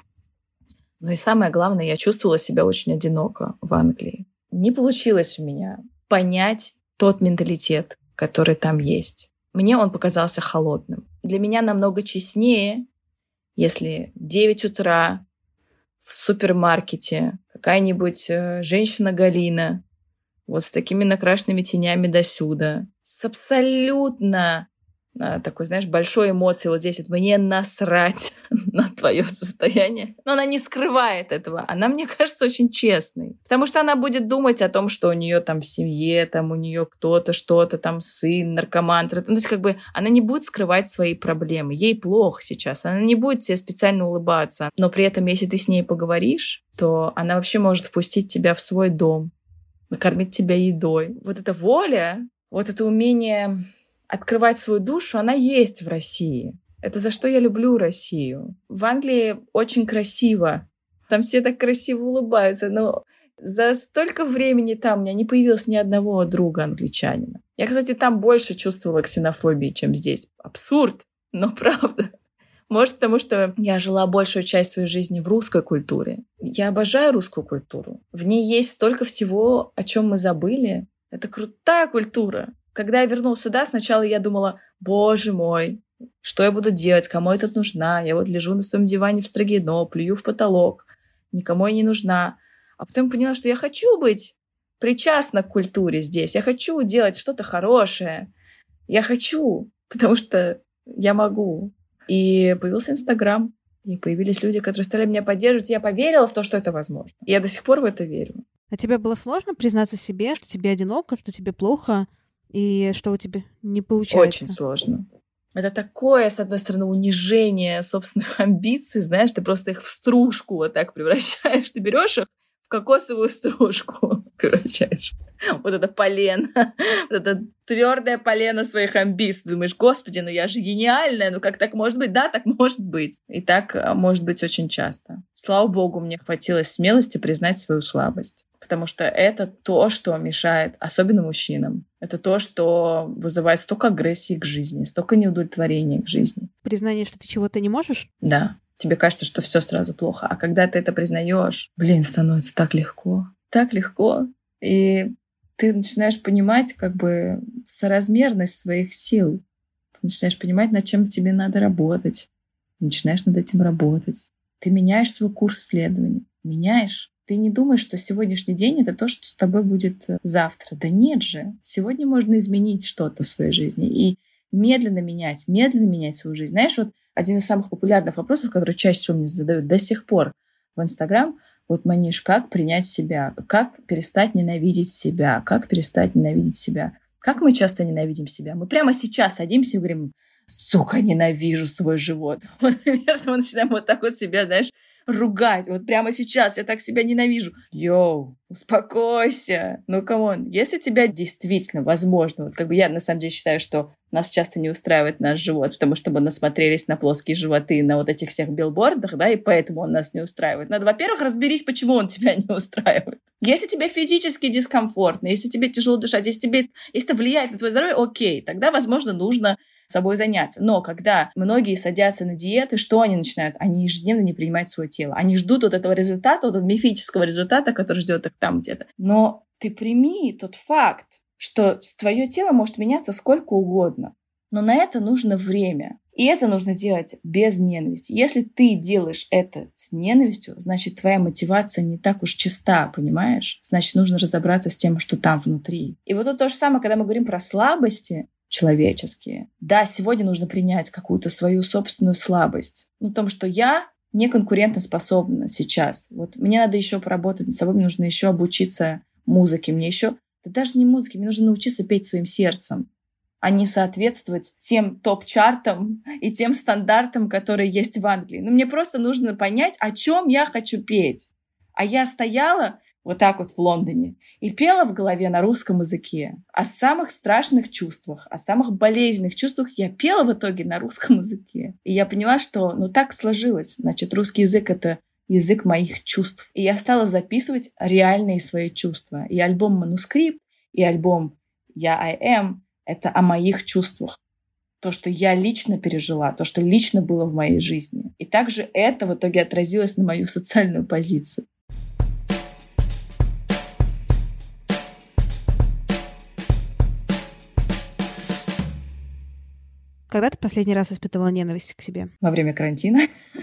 Но и самое главное, я чувствовала себя очень одиноко в Англии. Не получилось у меня понять тот менталитет, который там есть. Мне он показался холодным. Для меня намного честнее, если в 9 утра в супермаркете какая-нибудь женщина Галина вот с такими накрашенными тенями досюда, с абсолютно такой, знаешь, большой эмоцией вот здесь вот мне насрать на твое состояние. Но она не скрывает этого. Она, мне кажется, очень честной. Потому что она будет думать о том, что у нее там в семье, там у нее кто-то, что-то, там сын, наркоман. Ну, то есть как бы она не будет скрывать свои проблемы. Ей плохо сейчас. Она не будет тебе специально улыбаться. Но при этом, если ты с ней поговоришь, то она вообще может впустить тебя в свой дом, накормить тебя едой. Вот эта воля, вот это умение открывать свою душу, она есть в России. Это за что я люблю Россию. В Англии очень красиво. Там все так красиво улыбаются. Но за столько времени там у меня не появилось ни одного друга англичанина. Я, кстати, там больше чувствовала ксенофобии, чем здесь. Абсурд, но правда. Может, потому что я жила большую часть своей жизни в русской культуре. Я обожаю русскую культуру. В ней есть столько всего, о чем мы забыли. Это крутая культура. Когда я вернулась сюда, сначала я думала, боже мой, что я буду делать, кому я тут нужна? Я вот лежу на своем диване в Строгино, плюю в потолок, никому я не нужна. А потом поняла, что я хочу быть причастна к культуре здесь, я хочу делать что-то хорошее, я хочу, потому что я могу. И появился Инстаграм, и появились люди, которые стали меня поддерживать, и я поверила в то, что это возможно. И я до сих пор в это верю. А тебе было сложно признаться себе, что тебе одиноко, что тебе плохо, и что у тебя не получается? Очень сложно. Это такое, с одной стороны, унижение собственных амбиций, знаешь, ты просто их в стружку вот так превращаешь, ты берешь их в кокосовую стружку превращаешь. Вот это полено, вот это твердое полено своих амбиций. Ты думаешь, господи, ну я же гениальная, ну как так может быть? Да, так может быть. И так может быть очень часто. Слава богу, мне хватило смелости признать свою слабость. Потому что это то, что мешает, особенно мужчинам. Это то, что вызывает столько агрессии к жизни, столько неудовлетворения к жизни. Признание, что ты чего-то не можешь? Да. Тебе кажется, что все сразу плохо. А когда ты это признаешь, становится так легко. Так легко. И ты начинаешь понимать как бы соразмерность своих сил. Ты начинаешь понимать, над чем тебе надо работать. Ты начинаешь над этим работать. Ты меняешь свой курс исследований. Меняешь. Ты не думаешь, что сегодняшний день — это то, что с тобой будет завтра. Да нет же. Сегодня можно изменить что-то в своей жизни. И медленно менять свою жизнь. Знаешь, вот один из самых популярных вопросов, который чаще всего мне задают до сих пор в Инстаграм, вот, Маниш, как принять себя? Как перестать ненавидеть себя? Как перестать ненавидеть себя? Как мы часто ненавидим себя? Мы прямо сейчас садимся и говорим: сука, ненавижу свой живот. Вот примерно мы начинаем вот так вот себя, знаешь, ругать. Вот прямо сейчас я так себя ненавижу. Йоу, успокойся. Ну, камон. Если тебя действительно возможно, вот как бы я на самом деле считаю, что нас часто не устраивает наш живот, потому что мы насмотрелись на плоские животы на вот этих всех билбордах, да, и поэтому он нас не устраивает. Надо, во-первых, разберись, почему он тебя не устраивает. Если тебе физически дискомфортно, если тебе тяжело дышать, если это влияет на твое здоровье, окей, тогда, возможно, нужно собой заняться. Но когда многие садятся на диеты, что они начинают? Они ежедневно не принимают свое тело. Они ждут вот этого результата, вот этого мифического результата, который ждет их там где-то. Но ты прими тот факт, что твое тело может меняться сколько угодно. Но на это нужно время. И это нужно делать без ненависти. Если ты делаешь это с ненавистью, значит, твоя мотивация не так уж чиста, понимаешь? Значит, нужно разобраться с тем, что там внутри. И вот тут то же самое, когда мы говорим про слабости человеческие. Да, сегодня нужно принять какую-то свою собственную слабость. В том, что я не конкурентоспособна сейчас. Вот мне надо еще поработать над собой, мне нужно еще обучиться музыке, мне еще... Да даже не музыке, мне нужно научиться петь своим сердцем, а не соответствовать тем топ-чартам и тем стандартам, которые есть в Англии. Мне просто нужно понять, о чем я хочу петь. А я стояла вот так вот в Лондоне и пела в голове на русском языке о самых страшных чувствах, о самых болезненных чувствах. Я пела в итоге на русском языке. И я поняла, что так сложилось. Значит, русский язык — это язык моих чувств. И я стала записывать реальные свои чувства. И альбом «Манускрипт», и альбом «Я I Am» — это о моих чувствах. То, что я лично пережила, то, что лично было в моей жизни. И также это в итоге отразилось на мою социальную позицию. Когда ты последний раз испытывала ненависть к себе? Во время карантина.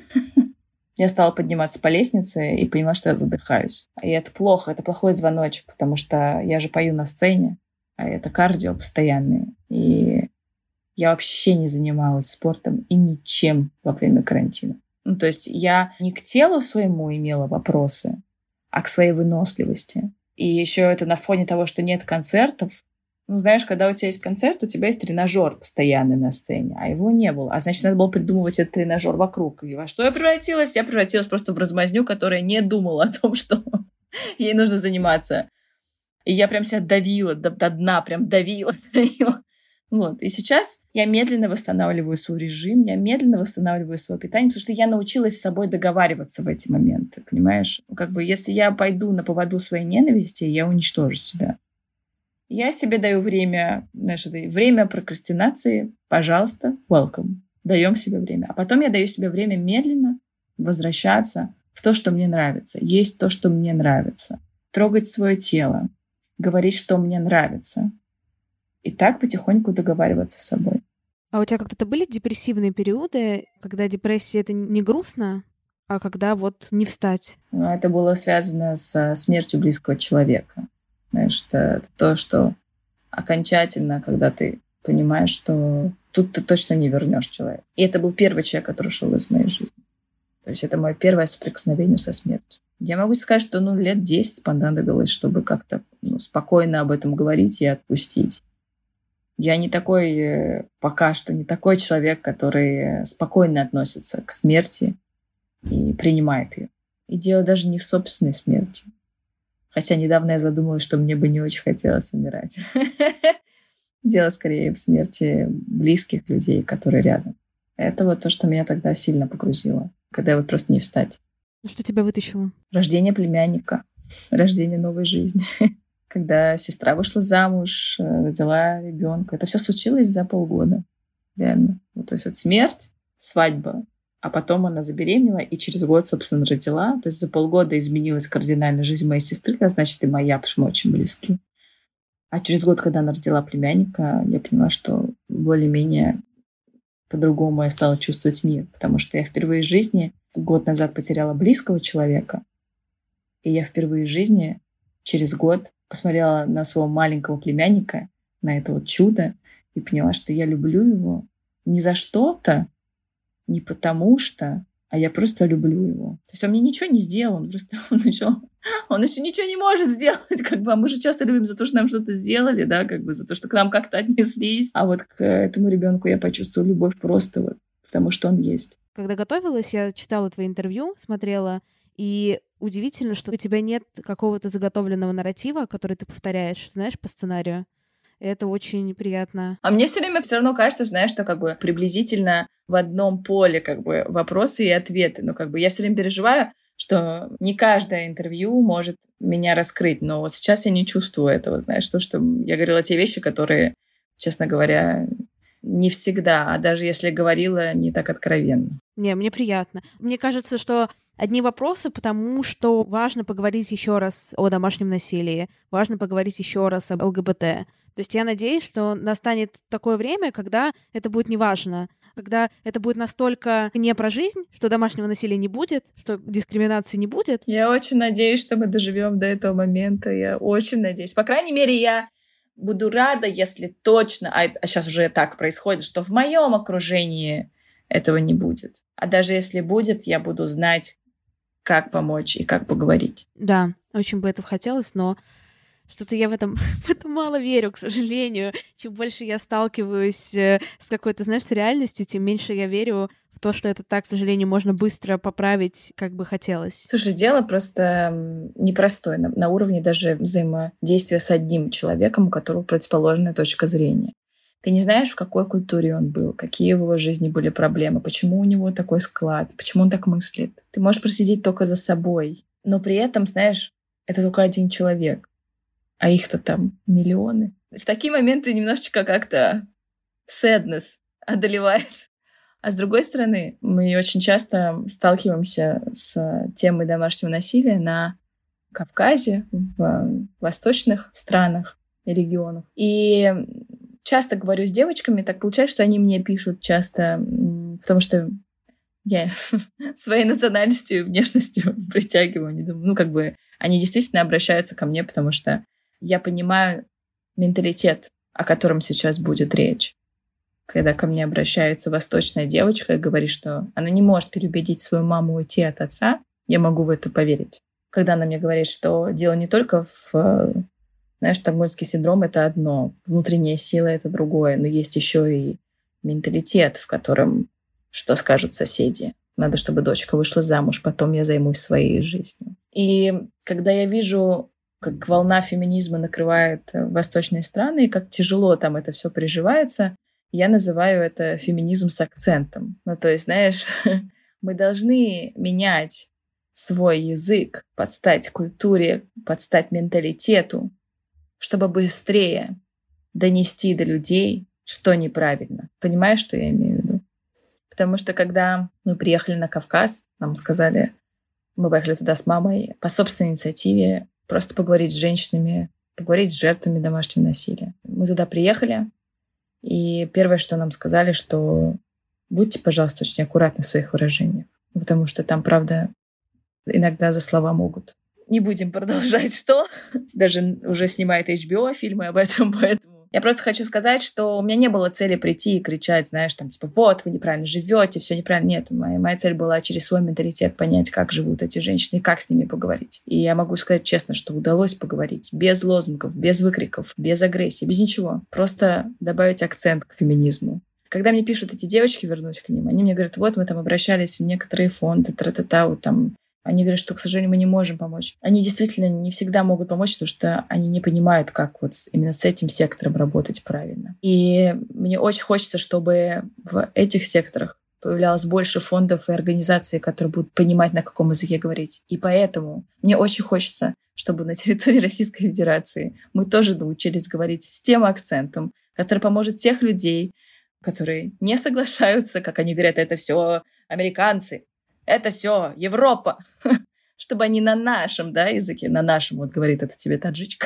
Я стала подниматься по лестнице и поняла, что я задыхаюсь. И это плохо, это плохой звоночек, потому что я же пою на сцене, а это кардио постоянное. И я вообще не занималась спортом и ничем во время карантина. То есть я не к телу своему имела вопросы, а к своей выносливости. И еще это на фоне того, что нет концертов. Знаешь, когда у тебя есть концерт, у тебя есть тренажер постоянный на сцене, а его не было. А значит, надо было придумывать этот тренажер вокруг. И во что я превратилась? Я превратилась просто в размазню, которая не думала о том, что ей нужно заниматься. И я прям себя давила до дна, прям давила. Вот. И сейчас я медленно восстанавливаю свой режим, я медленно восстанавливаю свое питание, потому что я научилась с собой договариваться в эти моменты, понимаешь? Если я пойду на поводу своей ненависти, я уничтожу себя. Я себе даю время, время прокрастинации, пожалуйста, welcome. Даем себе время. А потом я даю себе время медленно возвращаться в то, что мне нравится. Есть то, что мне нравится. Трогать свое тело. Говорить, что мне нравится. И так потихоньку договариваться с собой. А у тебя как-то были депрессивные периоды, когда депрессия — это не грустно, а когда не встать? Это было связано со смертью близкого человека. Знаешь, это то, что окончательно, когда ты понимаешь, что тут ты точно не вернешь человека. И это был первый человек, который ушел из моей жизни. То есть это мое первое соприкосновение со смертью. Я могу сказать, что лет 10 понадобилось, чтобы как-то спокойно об этом говорить и отпустить. Я не такой, пока что не такой человек, который спокойно относится к смерти и принимает ее. И дело даже не в собственной смерти. Хотя недавно я задумалась, что мне бы не очень хотелось умирать. Дело скорее в смерти близких людей, которые рядом. Это то, что меня тогда сильно погрузило, когда я просто не встать. Что тебя вытащило? Рождение племянника, рождение новой жизни. Когда сестра вышла замуж, родила ребенка. Это все случилось за полгода. Реально. То есть смерть, свадьба, а потом она забеременела и через год, собственно, родила. То есть за полгода изменилась кардинально жизнь моей сестры, а значит и моя, потому что мы очень близки. А через год, когда она родила племянника, я поняла, что более-менее по-другому я стала чувствовать мир. Потому что я впервые в жизни год назад потеряла близкого человека. И я впервые в жизни через год посмотрела на своего маленького племянника, на это чудо, и поняла, что я люблю его не за что-то, не потому что, а я просто люблю его. То есть он мне ничего не сделал, он еще ничего не может сделать, как бы. А мы же часто любим за то, что нам что-то сделали, да, как бы за то, что к нам как-то отнеслись. А вот к этому ребенку я почувствовала любовь просто вот, потому что он есть. Когда готовилась, я читала твои интервью, смотрела, и удивительно, что у тебя нет какого-то заготовленного нарратива, который ты повторяешь, знаешь, по сценарию. Это очень приятно. А мне все время все равно кажется, знаешь, что как бы приблизительно в одном поле как бы вопросы и ответы. Но как бы я все время переживаю, что не каждое интервью может меня раскрыть. Но вот сейчас я не чувствую этого, знаешь, то, что я говорила те вещи, которые, честно говоря, не всегда, а даже если говорила, не так откровенно. Мне приятно. Мне кажется, что одни вопросы, потому что важно поговорить еще раз о домашнем насилии, важно поговорить еще раз об ЛГБТ. То есть я надеюсь, что настанет такое время, когда это будет неважно, когда это будет настолько не про жизнь, что домашнего насилия не будет, что дискриминации не будет. Я очень надеюсь, что мы доживем до этого момента. Я очень надеюсь. По крайней мере, я буду рада, если точно, а сейчас уже так происходит, что в моем окружении этого не будет. А даже если будет, я буду знать, как помочь и как поговорить. Да, очень бы этого хотелось, но что-то я в этом мало верю, к сожалению. Чем больше я сталкиваюсь с какой-то, знаешь, с реальностью, тем меньше я верю в то, что это так, к сожалению, можно быстро поправить, как бы хотелось. Слушай, дело просто непростое. На уровне даже взаимодействия с одним человеком, у которого противоположная точка зрения. Ты не знаешь, в какой культуре он был, какие в его жизни были проблемы, почему у него такой склад, почему он так мыслит. Ты можешь проследить только за собой. Но при этом, знаешь, это только один человек. А их-то там миллионы. В такие моменты немножечко как-то sadness одолевает. А с другой стороны, мы очень часто сталкиваемся с темой домашнего насилия на Кавказе, в восточных странах и регионах. И часто говорю с девочками, так получается, что они мне пишут часто, потому что я своей национальностью и внешностью притягиваю. Не думаю, как бы они действительно обращаются ко мне, потому что я понимаю менталитет, о котором сейчас будет речь. Когда ко мне обращается восточная девочка и говорит, что она не может переубедить свою маму уйти от отца, я могу в это поверить. Когда она мне говорит, что дело не только в, знаешь, стокгольмский синдром — это одно, внутренняя сила — это другое, но есть еще и менталитет, в котором что скажут соседи. Надо, чтобы дочка вышла замуж, потом я займусь своей жизнью. И когда я вижу, как волна феминизма накрывает восточные страны, и как тяжело там это все приживается, я называю это феминизм с акцентом. Ну, то есть, знаешь, мы должны менять свой язык, под стать культуре, под стать менталитету, чтобы быстрее донести до людей, что неправильно. Понимаешь, что я имею в виду? Потому что когда мы приехали на Кавказ, нам сказали, мы поехали туда с мамой по собственной инициативе, просто поговорить с женщинами, поговорить с жертвами домашнего насилия. Мы туда приехали, и первое, что нам сказали, что будьте, пожалуйста, очень аккуратны в своих выражениях, потому что там, правда, иногда за слова могут. Не будем продолжать, что. Даже уже снимает HBO фильмы об этом, поэтому я просто хочу сказать, что у меня не было цели прийти и кричать, знаешь, там, типа, вот, вы неправильно живете, все неправильно. Нет, моя цель была через свой менталитет понять, как живут эти женщины и как с ними поговорить. И я могу сказать честно, что удалось поговорить без лозунгов, без выкриков, без агрессии, без ничего. Просто добавить акцент к феминизму. Когда мне пишут эти девочки, вернусь к ним, они мне говорят, вот, мы там обращались в некоторые фонды, тра-та-та, вот там. Они говорят, что, к сожалению, мы не можем помочь. Они действительно не всегда могут помочь, потому что они не понимают, как вот именно с этим сектором работать правильно. И мне очень хочется, чтобы в этих секторах появлялось больше фондов и организаций, которые будут понимать, на каком языке говорить. И поэтому мне очень хочется, чтобы на территории Российской Федерации мы тоже научились говорить с тем акцентом, который поможет тех людей, которые не соглашаются, как они говорят, это все американцы, это все Европа, чтобы они на нашем, да, языке, на нашем, вот говорит это тебе таджичка,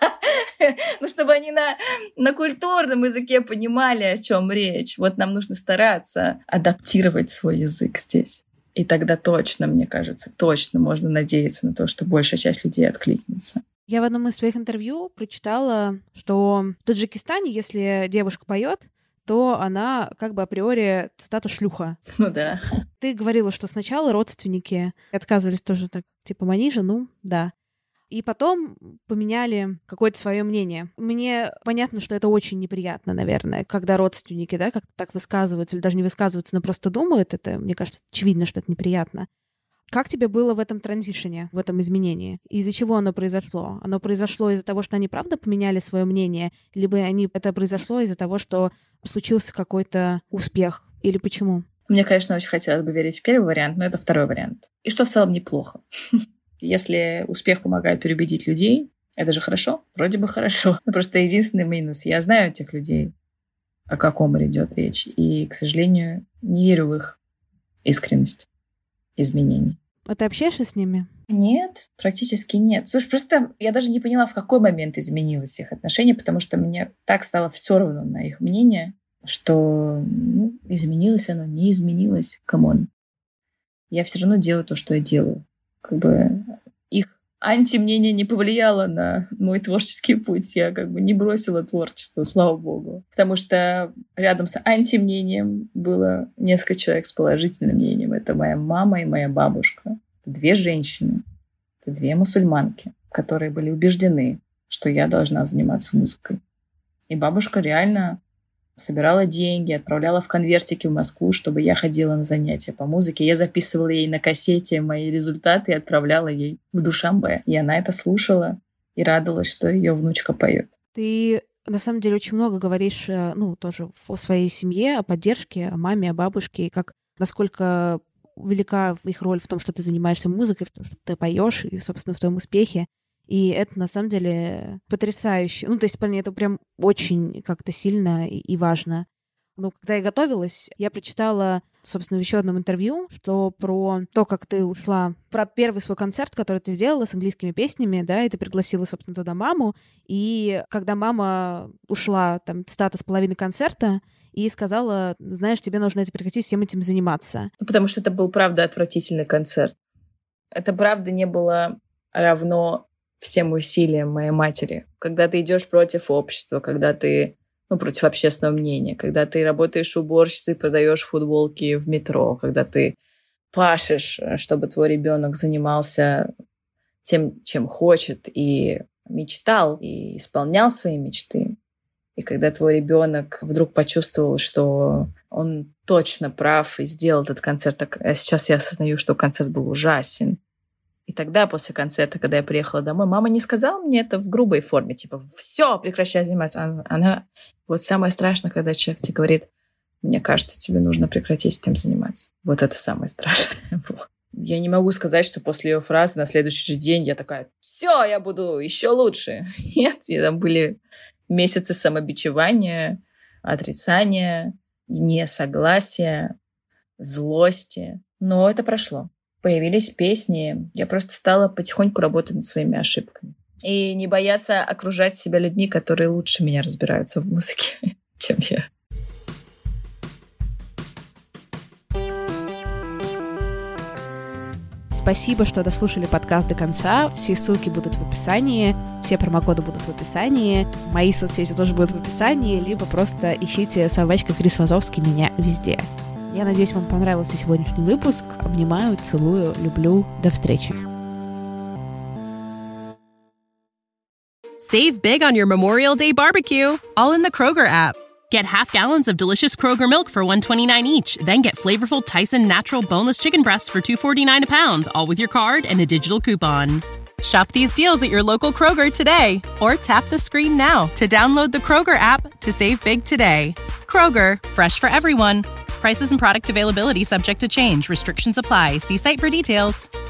ну, чтобы они на культурном языке понимали, о чем речь. Вот нам нужно стараться адаптировать свой язык здесь. И тогда точно, мне кажется, точно можно надеяться на то, что большая часть людей откликнется. Я в одном из своих интервью прочитала, что в Таджикистане, если девушка поет, то она как бы априори, цитата, шлюха. Ну да. Ты говорила, что сначала родственники отказывались тоже так, типа, Манижа, ну да. И потом поменяли какое-то свое мнение. Мне понятно, что это очень неприятно, наверное, когда родственники, да, как-то так высказываются, или даже не высказываются, но просто думают. Это, мне кажется, очевидно, что это неприятно. Как тебе было в этом транзишене, в этом изменении? Из-за чего оно произошло? Оно произошло из-за того, что они правда поменяли свое мнение, либо это произошло из-за того, что случился какой-то успех? Или почему? Мне, конечно, очень хотелось бы верить в первый вариант, но это второй вариант. И что в целом неплохо. Если успех помогает переубедить людей, это же хорошо, вроде бы хорошо. Но просто единственный минус. Я знаю тех людей, о каком идет речь, и, к сожалению, не верю в их искренность изменений. А ты общаешься с ними? Нет, практически нет. Слушай, просто я даже не поняла, в какой момент изменилось их отношение, потому что мне так стало все равно на их мнение, что изменилось оно, не изменилось. Камон. Я все равно делаю то, что я делаю. Как бы их антимнение не повлияло на мой творческий путь. Я как бы не бросила творчество, слава богу. Потому что рядом с антимнением было несколько человек с положительным мнением. Это моя мама и моя бабушка. Это 2 женщины. Это 2 мусульманки, которые были убеждены, что я должна заниматься музыкой. И бабушка реально собирала деньги, отправляла в конвертики в Москву, чтобы я ходила на занятия по музыке. Я записывала ей на кассете мои результаты и отправляла ей в Душанбе. И она это слушала и радовалась, что ее внучка поет. Ты, на самом деле, очень много говоришь, тоже о своей семье, о поддержке, о маме, о бабушке, и насколько велика их роль в том, что ты занимаешься музыкой, в том, что ты поешь, и, собственно, в твоем успехе. И это, на самом деле, потрясающе. То есть, это прям очень как-то сильно и важно. Но когда я готовилась, я прочитала, собственно, в еще одном интервью, что про то, как ты ушла, про первый свой концерт, который ты сделала с английскими песнями, да, и ты пригласила, собственно, туда маму, и когда мама ушла, там, цитата, с половины концерта, и сказала, знаешь, тебе нужно прекратить всем этим заниматься. Потому что это был, правда, отвратительный концерт. Это, правда, не было равно всем усилиям моей матери. Когда ты идешь против общества, когда ты, против общественного мнения, когда ты работаешь уборщицей, продаешь футболки в метро, когда ты пашешь, чтобы твой ребенок занимался тем, чем хочет, и мечтал, и исполнял свои мечты. И когда твой ребенок вдруг почувствовал, что он точно прав и сделал этот концерт, а сейчас я осознаю, что концерт был ужасен. И тогда, после концерта, когда я приехала домой, мама не сказала мне это в грубой форме, типа, все, прекращай заниматься. Она вот самое страшное, когда человек тебе говорит, мне кажется, тебе нужно прекратить этим заниматься. Вот это самое страшное было. Я не могу сказать, что после ее фразы на следующий же день я такая, все, я буду еще лучше. Нет, там были месяцы самобичевания, отрицания, несогласия, злости. Но это прошло. Появились песни, я просто стала потихоньку работать над своими ошибками. И не бояться окружать себя людьми, которые лучше меня разбираются в музыке, чем я. Спасибо, что дослушали подкаст до конца. Все ссылки будут в описании, все промокоды будут в описании, мои соцсети тоже будут в описании, либо просто ищите собачка Крис Вазовский меня везде. Я надеюсь, вам понравился сегодняшний выпуск. Обнимаю, целую, люблю. До встречи. Save big on your Memorial Day barbecue, all in the Kroger app. Get half gallons of delicious Kroger milk for $1.29 each. Then get flavorful Tyson natural boneless chicken breasts for $2.49 a pound, all with your card and a digital coupon. Shop these deals at your local Kroger today, or tap the screen now to download the Kroger app to save big today. Kroger, fresh for everyone. Prices and product availability subject to change. Restrictions apply. See site for details.